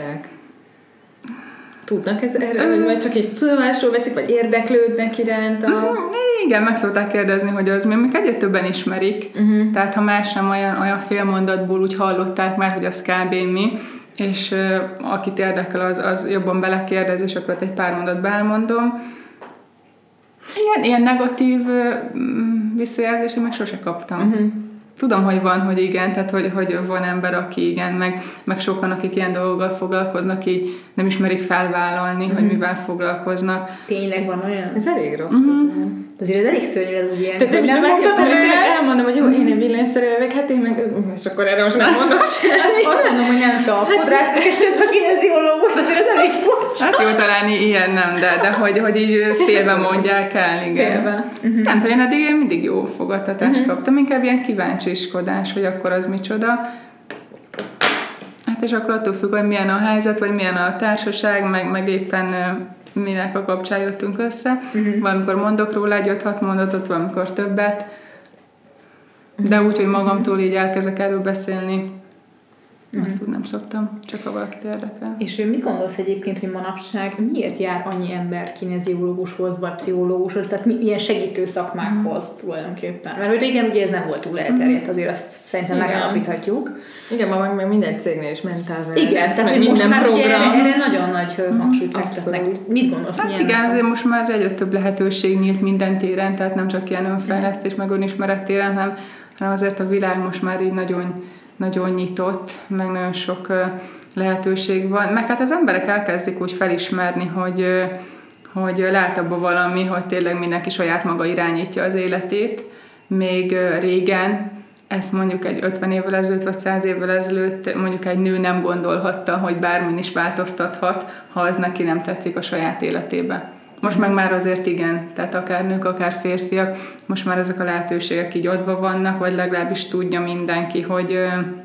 Speaker 2: Tudnak ez erről, hogy majd csak egy tudomásról veszik, vagy érdeklődnek iránta?
Speaker 3: Mm, igen, meg szokták kérdezni, hogy az még egyre többen ismerik. Uh-huh. Tehát ha más nem olyan, olyan félmondatból úgy hallották már, hogy az kb. Mi, és uh, akit érdekel, az, az jobban belekérdez, és akkor egy pár mondatban elmondom. Ilyen, ilyen negatív uh, visszajelzést én meg sose kaptam. Uh-huh. Tudom, hogy van, hogy igen, tehát hogy, hogy van ember, aki igen, meg, meg sokan, akik ilyen dolgokkal foglalkoznak, így nem ismerik felvállalni, mm-hmm. hogy mivel foglalkoznak.
Speaker 1: Tényleg van olyan?
Speaker 2: Ez elég rossz.
Speaker 3: Mm-hmm.
Speaker 1: Azért ez elég szörnyű ez ugye.
Speaker 2: Tehát nem is mondtad, hogy elmondom, hogy jó, én egy villanyszerelő vagyok, hát én meg, és akkor erre most nem mondok semmi.
Speaker 1: Azt mondom, hogy nem tudom, a fodrász, és ez a kineziológus, azért ez elég furcsa.
Speaker 3: Hát jó, talán ilyen nem, de, de hogy, hogy így félve mondják el, igen.
Speaker 1: Félve. Uh-huh.
Speaker 3: Nem tudom, én eddig én mindig jó fogadtatást uh-huh. kaptam, inkább ilyen kíváncsiskodás, hogy akkor az micsoda. Hát és akkor attól függ, hogy milyen a helyzet, vagy milyen a társaság, meg, meg éppen minek a kapcsán jöttünk össze. Uh-huh. Valamikor mondok róla egy öt-hat mondatot, valamikor többet, de úgy, hogy magamtól így elkezdek erről beszélni, uh-huh. azt úgy nem szoktam, csak ha valakit érdekel.
Speaker 1: És mit gondolsz egyébként, hogy manapság miért jár annyi ember kineziológushoz, vagy pszichológushoz, tehát ilyen segítő szakmákhoz uh-huh. tulajdonképpen? Mert hogy régen ugye ez nem volt túl elterjedt, azért azt szerintem igen. megállapíthatjuk.
Speaker 2: Igen, ma meg minden cégnél is mentál vele.
Speaker 1: Igen, lesz, tehát hogy most már program. Erre, erre nagyon nagy uh-huh. hangsúlyt fektetnek. Mit gondolsz?
Speaker 3: Hát igen, azért most már az egyre több lehetőség nyílt minden téren, tehát nem csak ilyen önfejlesztés, meg önismeret téren, hanem, hanem azért a világ most már így nagyon, nagyon nyitott, meg nagyon sok lehetőség van. Meg hát az emberek elkezdik úgy felismerni, hogy, hogy lát abban valami, hogy tényleg mindenki saját maga irányítja az életét. Még régen, ezt mondjuk egy ötven évvel ezelőtt, vagy száz évvel ezelőtt mondjuk egy nő nem gondolhatta, hogy bármin is változtathat, ha az neki nem tetszik a saját életébe. Most meg már azért igen, tehát akár nők, akár férfiak, most már ezek a lehetőségek így adva vannak, vagy legalábbis tudja mindenki, hogy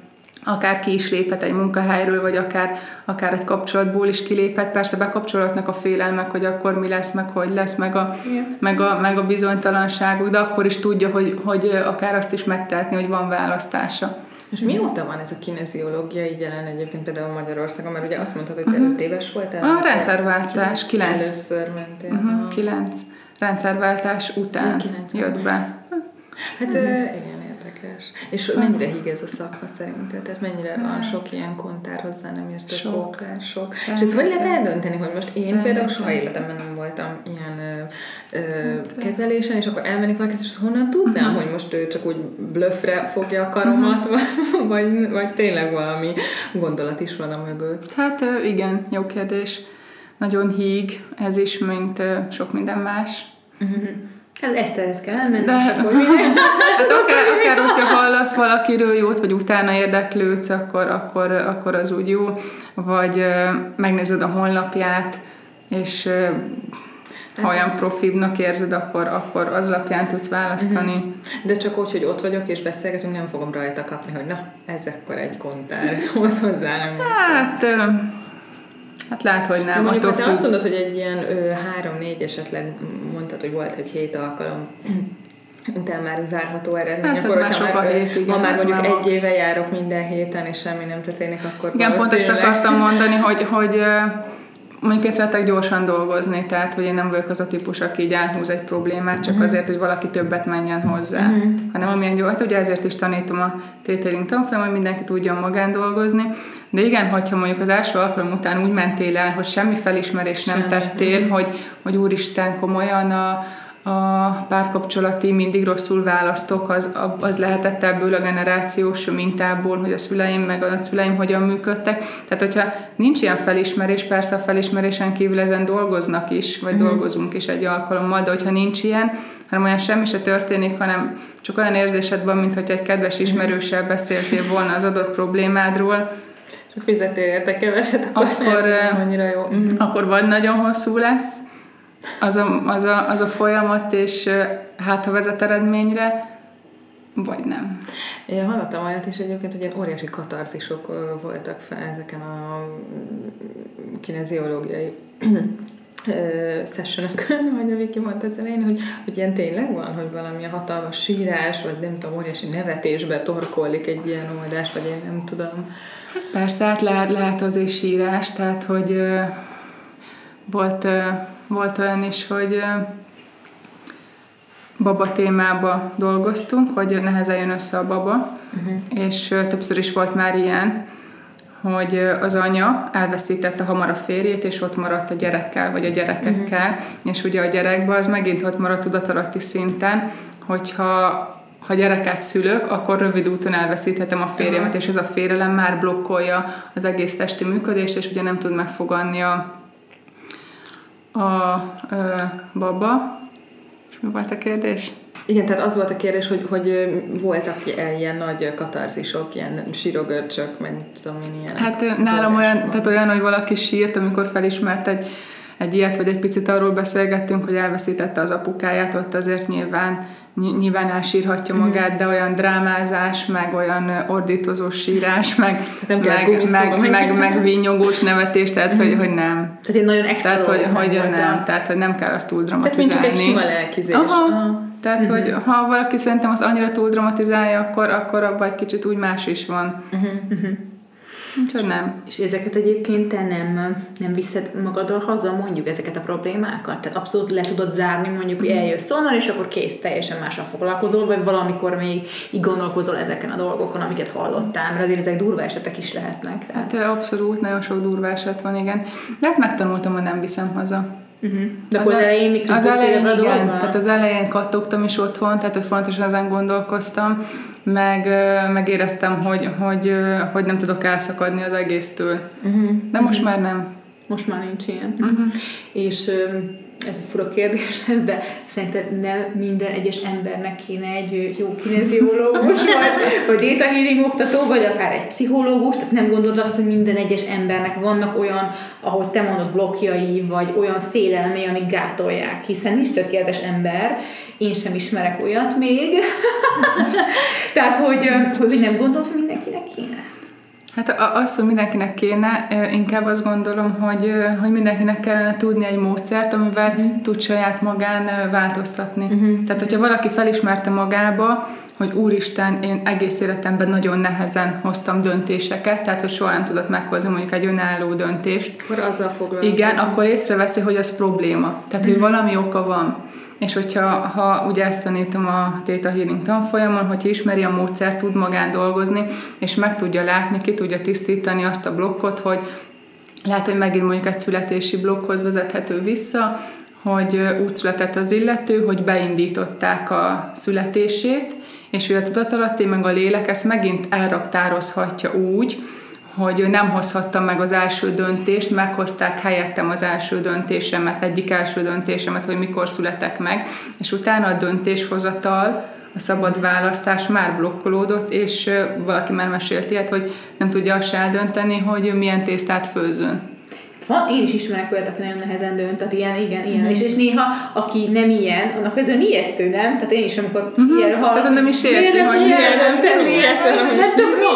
Speaker 3: akár ki is léphet egy munkahelyről, vagy akár, akár egy kapcsolatból is kiléphet. Persze bekapcsolatnak a félelmek, hogy akkor mi lesz, meg hogy lesz, meg a, meg a, meg a bizonytalanságuk, de akkor is tudja, hogy, hogy akár azt is megtehetni, hogy van választása.
Speaker 2: És mióta van ez a kineziológia így jelen egyébként például Magyarországon? Mert ugye azt mondtad, hogy te uh-huh. öt éves voltál?
Speaker 3: A rendszerváltás, kilenc.
Speaker 2: Először mentél.
Speaker 3: Uh-huh, kilenc. Rendszerváltás után ja, jött be.
Speaker 2: Hát uh-huh. igen, érdekes. És uh-huh. mennyire híg ez a szakma szerinted? Tehát mennyire uh-huh. van sok ilyen kontár hozzá, nem értek sok. sok. És ezt hogy lehet eldönteni, hogy most én uh-huh. például soha életemben nem voltam ilyen ö, ö, kezelésen, és akkor elmennék valaki, és honnan tudnám, uh-huh. hogy most ő csak úgy blöffre fogja a karomat, uh-huh. vagy, vagy tényleg valami gondolat is van a mögött?
Speaker 3: Hát igen, jó kérdés. Nagyon híg, ez is, mint sok minden más.
Speaker 1: Uh-huh. Hát Eszterhez kell elmenni,
Speaker 3: de,
Speaker 1: és akkor
Speaker 3: hát akár, akár hogyha hallasz valakiről jót, vagy utána érdeklődsz, akkor, akkor, akkor az úgy jó. Vagy uh, megnézed a honlapját, és uh, ha hát, olyan profibbnak érzed, akkor, akkor az alapján tudsz választani. Uh-huh.
Speaker 2: De csak úgy, hogy ott vagyok, és beszélgetünk, nem fogom rajta kapni, hogy na, ez akkor egy kontár, hoz hozzá nem.
Speaker 3: Hát... Uh, Hát lát, hogy nem.
Speaker 2: De mondjuk, ha te függ... azt mondod, hogy egy ilyen három-négy esetleg mondtad, hogy volt egy hét alkalom, utána már várható eredmény.
Speaker 3: Hát akkor, már már, hét, igen,
Speaker 2: ma már mondjuk
Speaker 3: már
Speaker 2: egy
Speaker 3: max.
Speaker 2: éve járok minden héten, és semmi nem történik, akkor
Speaker 3: igen, pont ezt akartam mondani, hogy, hogy mondjuk én szeretek gyorsan dolgozni, tehát hogy én nem vagyok az a típus, aki így áthúz egy problémát, csak uh-huh. azért, hogy valaki többet menjen hozzá. Uh-huh. Hanem amilyen gyors, hát ugye ezért is tanítom a tételing tanfolyamon, hogy mindenki tudjon magán dolgozni. De igen, hogyha mondjuk az első alkalom után úgy mentél el, hogy semmi felismerés nem semmi. tettél, hogy, hogy úristen, komolyan a, a párkapcsolati mindig rosszul választok, az, az lehetett ebből a generációs mintából, hogy a szüleim meg a nagyszüleim hogyan működtek. Tehát, hogyha nincs ilyen felismerés, persze a felismerésen kívül ezen dolgoznak is, vagy uh-huh. dolgozunk is egy alkalommal, de hogyha nincs ilyen, hanem olyan semmi se történik, hanem csak olyan érzésed van, mintha egy kedves ismerőssel beszéltél volna az adott problémádról,
Speaker 2: és fizetél érte keveset, akkor,
Speaker 3: akkor,
Speaker 2: lehet, annyira jó.
Speaker 3: Mm-hmm. akkor vagy nagyon hosszú lesz az a, az a, az a folyamat, és hát ha vezet eredményre, vagy nem.
Speaker 2: Én hallottam olyat is egyébként, hogy ilyen óriási katarzisok voltak fel ezeken a kineziológiai sessionökön, vagy a Viki mondta az elején, hogy, hogy ilyen tényleg van, hogy valami hatalmas sírás, vagy nem tudom, óriási nevetésbe torkollik egy ilyen oldás, vagy én nem tudom.
Speaker 3: Hát persze, hát lehet, lehet az is sírás, tehát, hogy uh, volt, uh, volt olyan is, hogy uh, baba témába dolgoztunk, hogy nehezen jön össze a baba, uh-huh. és uh, többször is volt már ilyen, hogy uh, az anya elveszítette hamar a férjét, és ott maradt a gyerekkel, vagy a gyerekekkel, uh-huh. és ugye a gyerekben az megint ott maradt tudatalatti szinten, hogyha ha gyereket szülök, akkor rövid úton elveszíthetem a férjemet, uh-huh. és ez a félelem már blokkolja az egész testi működést, és ugye nem tud megfogadni a, a, a baba. És Mi volt a kérdés?
Speaker 2: Igen, tehát az volt a kérdés, hogy, hogy voltak ilyen nagy katarzisok, ilyen sírogörcsök, meg mit tudom én ilyenek.
Speaker 3: Hát nálam olyan, tehát olyan, hogy valaki sírt, amikor felismert egy, egy ilyet, vagy egy picit arról beszélgettünk, hogy elveszítette az apukáját, ott azért nyilván nyilván elsírhatja magát, de olyan drámázás, meg olyan ordítozós sírás, meg,
Speaker 2: nem
Speaker 3: meg, meg, meg, meg, meg vinnyogós nevetés, tehát hogy, hogy nem.
Speaker 1: Tehát egy nagyon extra
Speaker 3: tehát, hogy, hogy
Speaker 1: nem,
Speaker 3: nem, tehát hogy nem kell azt túl dramatizálni.
Speaker 2: Tehát mint csak egy sima lelkizés.
Speaker 3: Aha. Aha. Tehát, uh-huh. hogy ha valaki szerintem azt annyira túl dramatizálja, akkor, akkor abban egy kicsit úgy más is van. Uh-huh. Uh-huh. Úgyhogy nem.
Speaker 1: És ezeket egyébként te nem, nem viszed magaddal haza, mondjuk ezeket a problémákat? Tehát abszolút le tudod zárni, mondjuk, hogy eljössz onnan, és akkor kész, teljesen mással foglalkozol, vagy valamikor még így gondolkozol ezeken a dolgokon, amiket hallottál, mert azért ezek durva esetek is lehetnek. Tehát.
Speaker 3: Hát abszolút, nagyon sok durva eset van, igen. De hát megtanultam, hogy nem viszem haza.
Speaker 1: Uh-huh. De az, az elején még
Speaker 3: az elején, igen, dolga? Tehát az elején kattogtam is otthon, tehát hogy fontosan ezen gondolkoztam, meg, meg éreztem, hogy, hogy, hogy nem tudok elszakadni az egésztől. Uh-huh. De most uh-huh. már nem.
Speaker 1: Most már nincs ilyen. Uh-huh. És ez egy fura kérdés lesz, de szerinted nem minden egyes embernek kéne egy jó kineziológus, vagy, vagy data healing oktató, vagy akár egy pszichológus, tehát nem gondolod azt, hogy minden egyes embernek vannak olyan, ahogy te mondod, blokkjai, vagy olyan félelmei, amik gátolják, hiszen nincs tökéletes ember, én sem ismerek olyat még. Tehát, hogy, hogy nem gondolod, hogy mindenkinek kéne?
Speaker 3: Hát az, hogy mindenkinek kéne, inkább azt gondolom, hogy, hogy mindenkinek kellene tudni egy módszert, amivel uh-huh. tud saját magán változtatni. Uh-huh. Tehát, hogyha valaki felismerte magába, hogy úristen, én egész életemben nagyon nehezen hoztam döntéseket, tehát, hogy soha nem tudott meghozni mondjuk egy önálló döntést.
Speaker 2: Akkor azzal foglalkozni.
Speaker 3: Igen, akkor észreveszi, hogy az probléma. Tehát, uh-huh. hogy valami oka van. És hogyha ha ugye ezt tanítom a Theta Healing tanfolyamon, hogyha ismeri a módszert, tud magán dolgozni, és meg tudja látni, ki tudja tisztítani azt a blokkot, hogy lehet, hogy megint mondjuk egy születési blokkhoz vezethető vissza, hogy úgy született az illető, hogy beindították a születését, és ő a tudatalatti meg a lélek ezt megint elraktározhatja úgy, hogy nem hozhattam meg az első döntést, meghozták helyettem az első döntésemet, egyik első döntésemet, hogy mikor születek meg, és utána a döntéshozatal, a szabad választás már blokkolódott, és valaki már mesélt ilyet, hogy nem tudja azt eldönteni, hogy milyen tésztát főzzön.
Speaker 1: Van, én is ismerek olyat, aki nagyon nehezen dönt, tehát ilyen, igen, ilyen. Mm-hmm. És, és néha, aki nem ilyen, annak ez olyan ijesztő, nem? Tehát én is, amikor
Speaker 3: mm-hmm.
Speaker 1: ilyen hallom.
Speaker 3: Tehát nem is érti, hogy
Speaker 1: ilyen, nem tudom, ijesztő,
Speaker 3: nem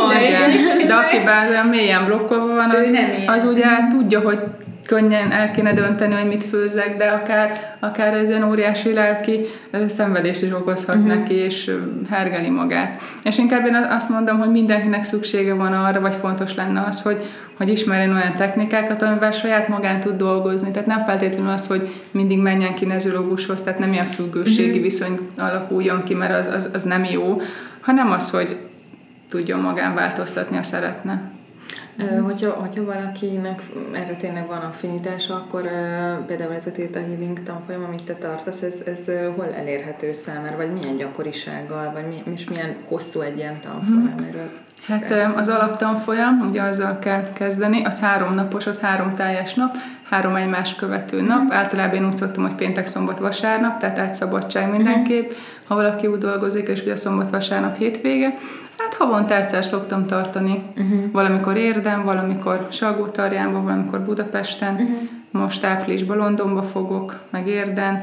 Speaker 3: tudom, de aki bár mélyen blokkolva van, az, az ugye tudja, hogy könnyen el kéne dönteni, hogy mit főzzek, de akár, akár ez ilyen óriási lelki szenvedést is okozhat uh-huh. neki, és hergeli magát. És inkább én azt mondom, hogy mindenkinek szüksége van arra, vagy fontos lenne az, hogy, hogy ismerjen olyan technikákat, amivel saját magán tud dolgozni. Tehát nem feltétlenül az, hogy mindig menjen kineziológushoz, tehát nem ilyen függőségi uh-huh. viszony alakuljon ki, mert az, az, az nem jó, hanem az, hogy tudjon magán változtatni, ha szeretne.
Speaker 2: Uh, hogyha, hogyha valakinek erre tényleg van affinitása, akkor uh, például ez a Theta Healing tanfolyam, amit te tartasz, ez, ez uh, hol elérhető számára, vagy milyen gyakorisággal, vagy mi, és milyen hosszú egy ilyen tanfolyam erről?
Speaker 3: Hát persze. Az alaptanfolyam, ugye azzal kell kezdeni, az három napos, az három teljes nap, három egymás követő nap. Mm. Általában én úgy szoktam, hogy péntek, szombat, vasárnap, tehát egy szabadság mindenképp, mm. ha valaki úgy dolgozik, és ugye szombat, vasárnap, hétvége. Hát havonta egyszer szoktam tartani. Uh-huh. Valamikor Érden, valamikor Salgótarjánban, valamikor Budapesten. Uh-huh. Most áprilisban Londonba fogok, meg Érden.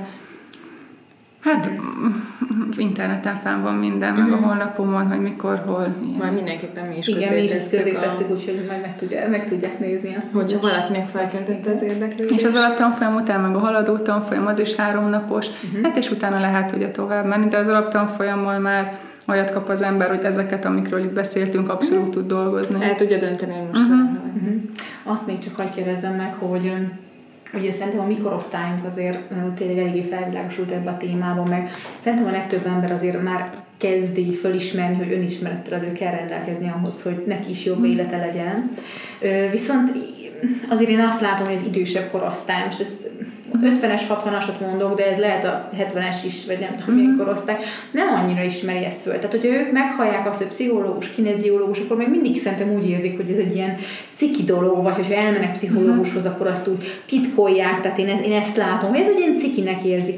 Speaker 3: Hát uh-huh. interneten fenn van minden, uh-huh. meg a honlapomon, hogy mikor, hol.
Speaker 2: Ilyen. Már mindenképpen mi is
Speaker 1: közé
Speaker 2: tesszük.
Speaker 1: Igen, mi is közé tesszük, a... úgyhogy majd meg, tudja, meg tudják nézni.
Speaker 2: Hogyha valakinek felkeltette az érdeklődést.
Speaker 3: És az alaptanfolyam után meg a haladó tanfolyam, az is három napos. Uh-huh. Hát és utána lehet ugye tovább menni, de az alaptanfolyammal már olyat kap az ember, hogy ezeket, amikről itt beszéltünk, abszolút uh-huh. tud dolgozni.
Speaker 2: El tudja dönteni, hogy most
Speaker 3: uh-huh.
Speaker 1: uh-huh. Azt még csak hadd kérdezzem meg, hogy ugye szerintem a mi korosztályunk azért tényleg eléggé felvilágosult ebbe a témában, meg szerintem a legtöbb ember azért már kezdi fölismerni, hogy önismerettel azért kell rendelkezni ahhoz, hogy neki is jobb uh-huh. élete legyen. Viszont azért én azt látom, hogy az idősebb korosztály, most ez ötvenes, hatvanasot mondok, de ez lehet a hetvenes is, vagy nem tudom, milyen korosztály, nem annyira ismeri ezt föl. Tehát, hogyha ők meghallják azt, hogy pszichológus, kineziológus, akkor még mindig szerintem úgy érzik, hogy ez egy ilyen ciki dolog, vagy hogyha elmennek pszichológushoz, akkor azt úgy titkolják, tehát én, én ezt látom, hogy ez egy ilyen cikinek érzik.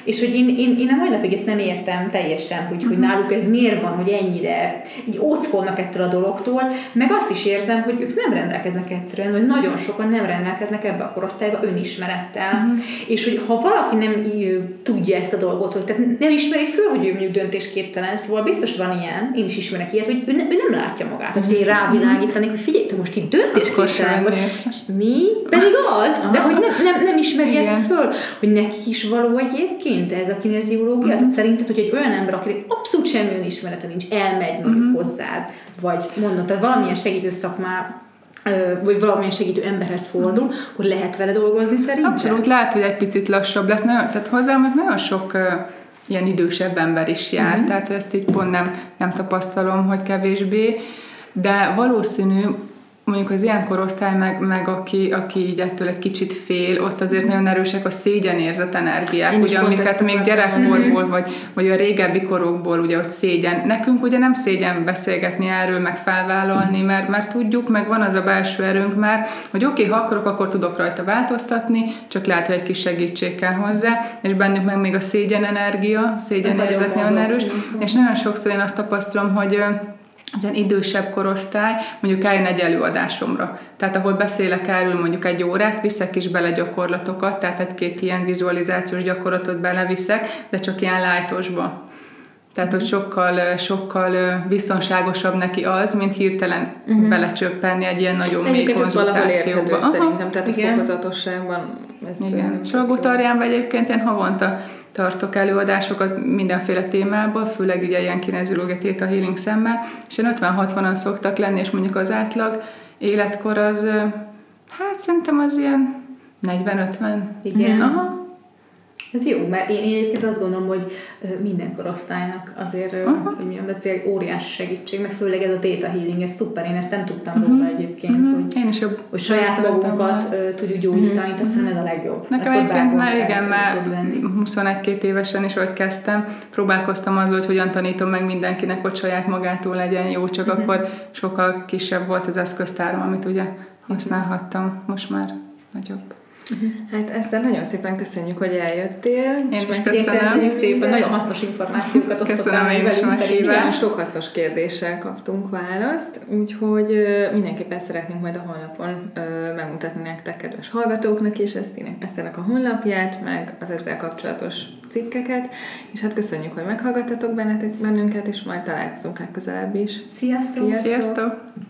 Speaker 1: És hogy én, én, én a mai napig ezt nem értem teljesen, hogy, hogy náluk ez miért van, hogy ennyire így óckodnak ettől a dologtól, meg azt is érzem, hogy ők nem rendelkeznek egyszerűen, hogy nagyon sokan nem rendelkeznek ebbe a korosztályba önismerettel. Uh-huh. És hogy ha valaki nem ő, tudja ezt a dolgot, hogy tehát nem ismeri föl, hogy ő mondjuk döntésképtelen, szóval biztos van ilyen, én is ismerek ilyet, hogy ő, ne, ő nem látja magát. Tehát, hogy én rávilágítanék, hogy figyelj, te most itt döntésképtelen vagy. Mi? Pedig az, de hogy nem, nem, nem ismeri igen. ezt föl, hogy nekik is való egyébként ez a kineziológia. Uh-huh. Tehát szerinted, hogy egy olyan ember, aki abszolút semmi önismerete nincs, elmegy uh-huh. hozzád, vagy mondom, tehát valamilyen segítő szakmá, vagy valamilyen segítő emberhez fordul, uh-huh. akkor lehet vele dolgozni szerintem?
Speaker 3: Abszolút, lehet, hogy egy picit lassabb lesz. Nagyon, tehát hozzám nagyon sok uh, ilyen idősebb ember is jár, uh-huh. tehát ezt így pont nem, nem tapasztalom, hogy kevésbé, de valószínű, mondjuk az ilyen korosztály, meg, meg aki, aki így ettől egy kicsit fél, ott azért nagyon erősek a szégyenérzet energiák, ugye, amiket még gyerekkorból, vagy, vagy a régebbi korokból, ugye ott szégyen. Nekünk ugye nem szégyen beszélgetni erről, meg felvállalni, mert, mert tudjuk, meg van az a belső erőnk már, hogy oké, okay, ha akarok, akkor tudok rajta változtatni, csak lehet, hogy egy kis segítség kell hozzá, és bennük meg még a szégyen energia, szégyenérzet nagyon erős, és nagyon sokszor én azt tapasztalom, hogy az ilyen idősebb korosztály mondjuk eljön egy előadásomra. Tehát ahol beszélek erről mondjuk egy órát, viszek is bele gyakorlatokat, tehát egy-két ilyen vizualizációs gyakorlatot beleviszek, de csak ilyen lájtosba. Tehát, hogy sokkal, sokkal biztonságosabb neki az, mint hirtelen uh-huh. belecsöppenni egy ilyen nagyon mély konzultációba.
Speaker 2: Szerintem, tehát igen. a fokozatosságban.
Speaker 3: Igen. Salgótarjánban egyébként én havonta tartok előadásokat mindenféle témában, főleg ugye ilyen kineziológia theta healing szemmel, és én ötven-hatvanan szoktak lenni, és mondjuk az átlag életkor az, hát szerintem az ilyen negyven-ötven.
Speaker 1: Igen. Aha. Ez jó, mert én, én egyébként azt gondolom, hogy minden korosztálynak azért, uh-huh. hogy mondjam, ez egy óriási segítség, meg főleg ez a theta healing, ez szuper, én ezt nem tudtam uh-huh. róla egyébként, uh-huh. hogy,
Speaker 3: én is jobb
Speaker 1: hogy saját magunkat uh, tudjuk gyógyítani, uh-huh. azt ez a legjobb.
Speaker 3: Nekem egyébként már igen, már huszonegy-két évesen is, ahogy kezdtem, próbálkoztam azzal, hogy hogyan tanítom meg mindenkinek, hogy saját magától legyen jó, csak uh-huh. akkor sokkal kisebb volt az eszköztárom, amit ugye használhattam, most már nagyobb.
Speaker 2: Uh-huh. Hát Eszter, nagyon szépen köszönjük, hogy eljöttél.
Speaker 3: Én is köszönöm.
Speaker 1: Szépen, nagyon hasznos információkat osztottál meg velünk.
Speaker 2: Igen, sok hasznos kérdéssel kaptunk választ, úgyhogy mindenképpen szeretnénk majd a honlapon megmutatni nektek, kedves hallgatóknak is Eszternek a honlapját, meg az ezzel kapcsolatos cikkeket, és hát köszönjük, hogy meghallgattatok bennünket, és majd találkozunk legközelebb is.
Speaker 1: Sziasztok!
Speaker 3: Sziasztok!